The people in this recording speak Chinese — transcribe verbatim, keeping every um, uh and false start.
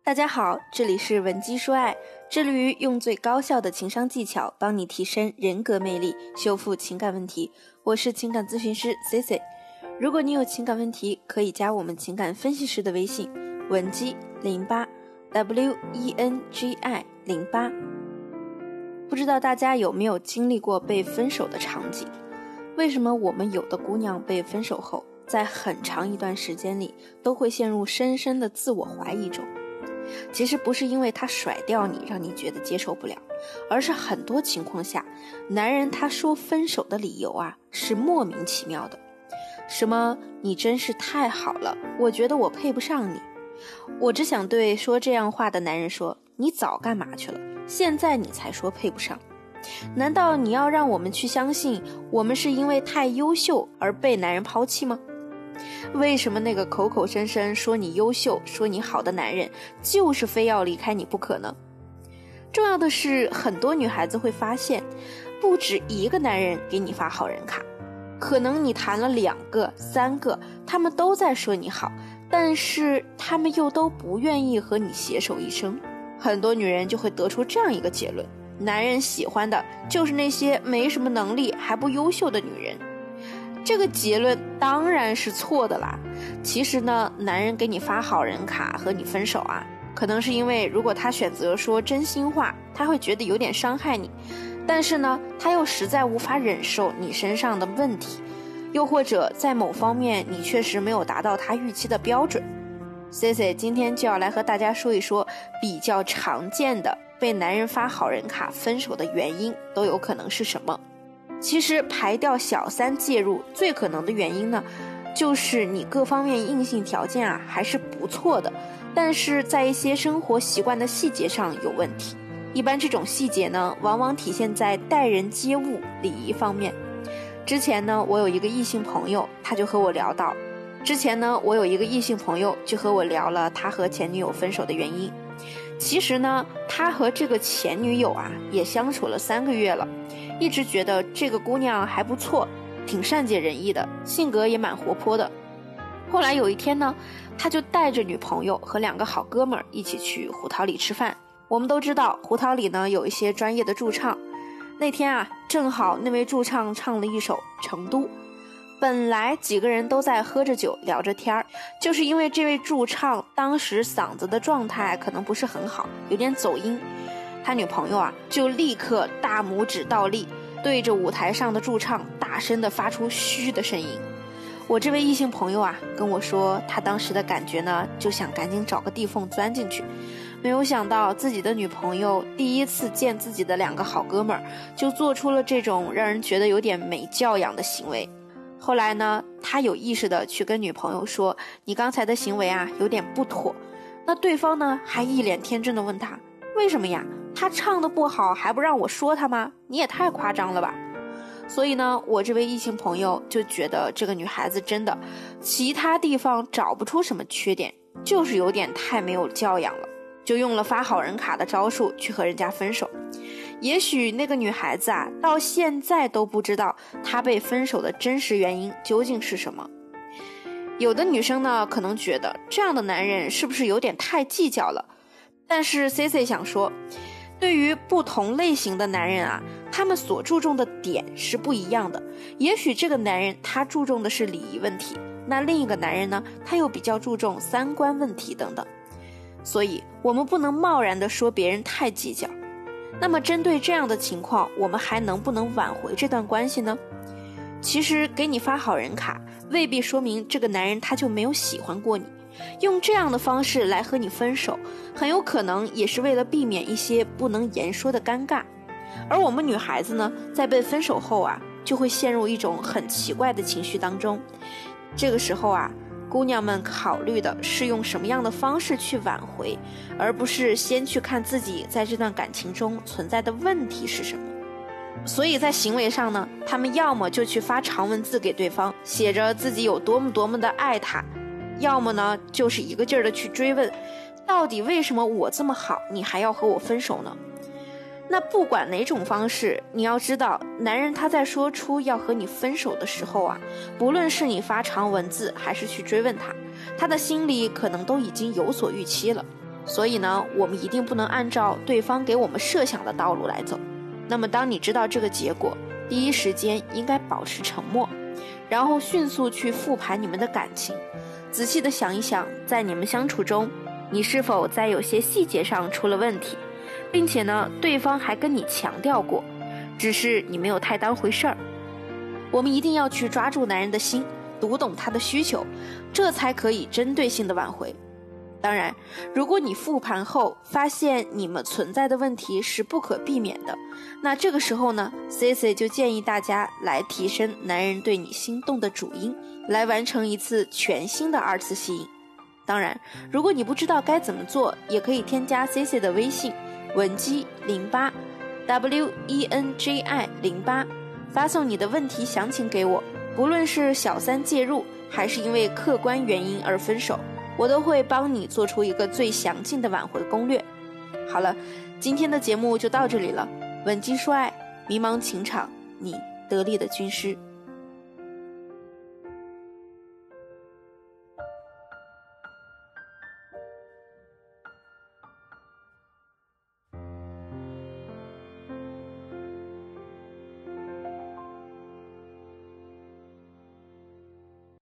大家好，这里是文姬说爱，致力于用最高效的情商技巧帮你提升人格魅力，修复情感问题。我是情感咨询师 C C。 如果你有情感问题，可以加我们情感分析师的微信文姬零八 W E N G I 零八。不知道大家有没有经历过被分手的场景？为什么我们有的姑娘被分手后，在很长一段时间里都会陷入深深的自我怀疑中？其实不是因为他甩掉你让你觉得接受不了，而是很多情况下男人他说分手的理由啊是莫名其妙的，什么你真是太好了，我觉得我配不上你。我只想对说这样话的男人说，你早干嘛去了，现在你才说配不上。难道你要让我们去相信我们是因为太优秀而被男人抛弃吗？为什么那个口口声声说你优秀说你好的男人就是非要离开你不可呢？重要的是，很多女孩子会发现不止一个男人给你发好人卡，可能你谈了两个三个，他们都在说你好，但是他们又都不愿意和你携手一生。很多女人就会得出这样一个结论，男人喜欢的就是那些没什么能力还不优秀的女人。这个结论当然是错的啦。其实呢，男人给你发好人卡和你分手啊，可能是因为如果他选择说真心话，他会觉得有点伤害你，但是呢，他又实在无法忍受你身上的问题，又或者在某方面你确实没有达到他预期的标准。 C C 今天就要来和大家说一说比较常见的被男人发好人卡分手的原因都有可能是什么。其实排掉小三介入最可能的原因呢，就是你各方面硬性条件啊还是不错的，但是在一些生活习惯的细节上有问题。一般这种细节呢，往往体现在待人接物礼仪方面。之前呢，我有一个异性朋友，他就和我聊到，之前呢，我有一个异性朋友就和我聊了他和前女友分手的原因。其实呢，他和这个前女友啊也相处了三个月了，一直觉得这个姑娘还不错，挺善解人意的，性格也蛮活泼的。后来有一天呢，他就带着女朋友和两个好哥们儿一起去胡桃里吃饭。我们都知道胡桃里呢有一些专业的驻唱，那天啊正好那位驻唱唱了一首《成都》。本来几个人都在喝着酒聊着天儿，就是因为这位驻唱当时嗓子的状态可能不是很好，有点走音，他女朋友啊就立刻大拇指倒立，对着舞台上的驻唱大声地发出嘘的声音。我这位异性朋友啊跟我说，他当时的感觉呢就想赶紧找个地缝钻进去，没有想到自己的女朋友第一次见自己的两个好哥们儿就做出了这种让人觉得有点没教养的行为。后来呢，他有意识的去跟女朋友说，你刚才的行为啊有点不妥。那对方呢还一脸天真的问他，为什么呀？他唱的不好还不让我说他吗？你也太夸张了吧。所以呢，我这位异性朋友就觉得这个女孩子真的其他地方找不出什么缺点，就是有点太没有教养了，就用了发好人卡的招数去和人家分手。也许那个女孩子啊到现在都不知道她被分手的真实原因究竟是什么。有的女生呢可能觉得这样的男人是不是有点太计较了，但是 C C 想说，对于不同类型的男人啊，他们所注重的点是不一样的。也许这个男人他注重的是礼仪问题，那另一个男人呢他又比较注重三观问题等等。所以我们不能贸然的说别人太计较。那么针对这样的情况，我们还能不能挽回这段关系呢？其实给你发好人卡未必说明这个男人他就没有喜欢过你，用这样的方式来和你分手，很有可能也是为了避免一些不能言说的尴尬。而我们女孩子呢，在被分手后啊，就会陷入一种很奇怪的情绪当中。这个时候啊，姑娘们考虑的是用什么样的方式去挽回，而不是先去看自己在这段感情中存在的问题是什么。所以在行为上呢，他们要么就去发长文字给对方，写着自己有多么多么的爱他，要么呢就是一个劲儿的去追问，到底为什么我这么好你还要和我分手呢？那不管哪种方式，你要知道，男人他在说出要和你分手的时候啊，不论是你发长文字还是去追问他，他的心里可能都已经有所预期了。 所以呢，我们一定不能按照对方给我们设想的道路来走。那么当你知道这个结果，第一时间应该保持沉默，然后迅速去复盘你们的感情，仔细的想一想，在你们相处中，你是否在有些细节上出了问题，并且呢，对方还跟你强调过，只是你没有太当回事儿。我们一定要去抓住男人的心，读懂他的需求，这才可以针对性的挽回。当然，如果你复盘后发现你们存在的问题是不可避免的，那这个时候呢 C C 就建议大家来提升男人对你心动的主因，来完成一次全新的二次吸引。当然，如果你不知道该怎么做，也可以添加 C C 的微信文姬零八 W E N J I 零八，发送你的问题详情给我，不论是小三介入还是因为客观原因而分手，我都会帮你做出一个最详尽的挽回攻略。好了，今天的节目就到这里了。文姬说爱，迷茫情场，你得力的军师。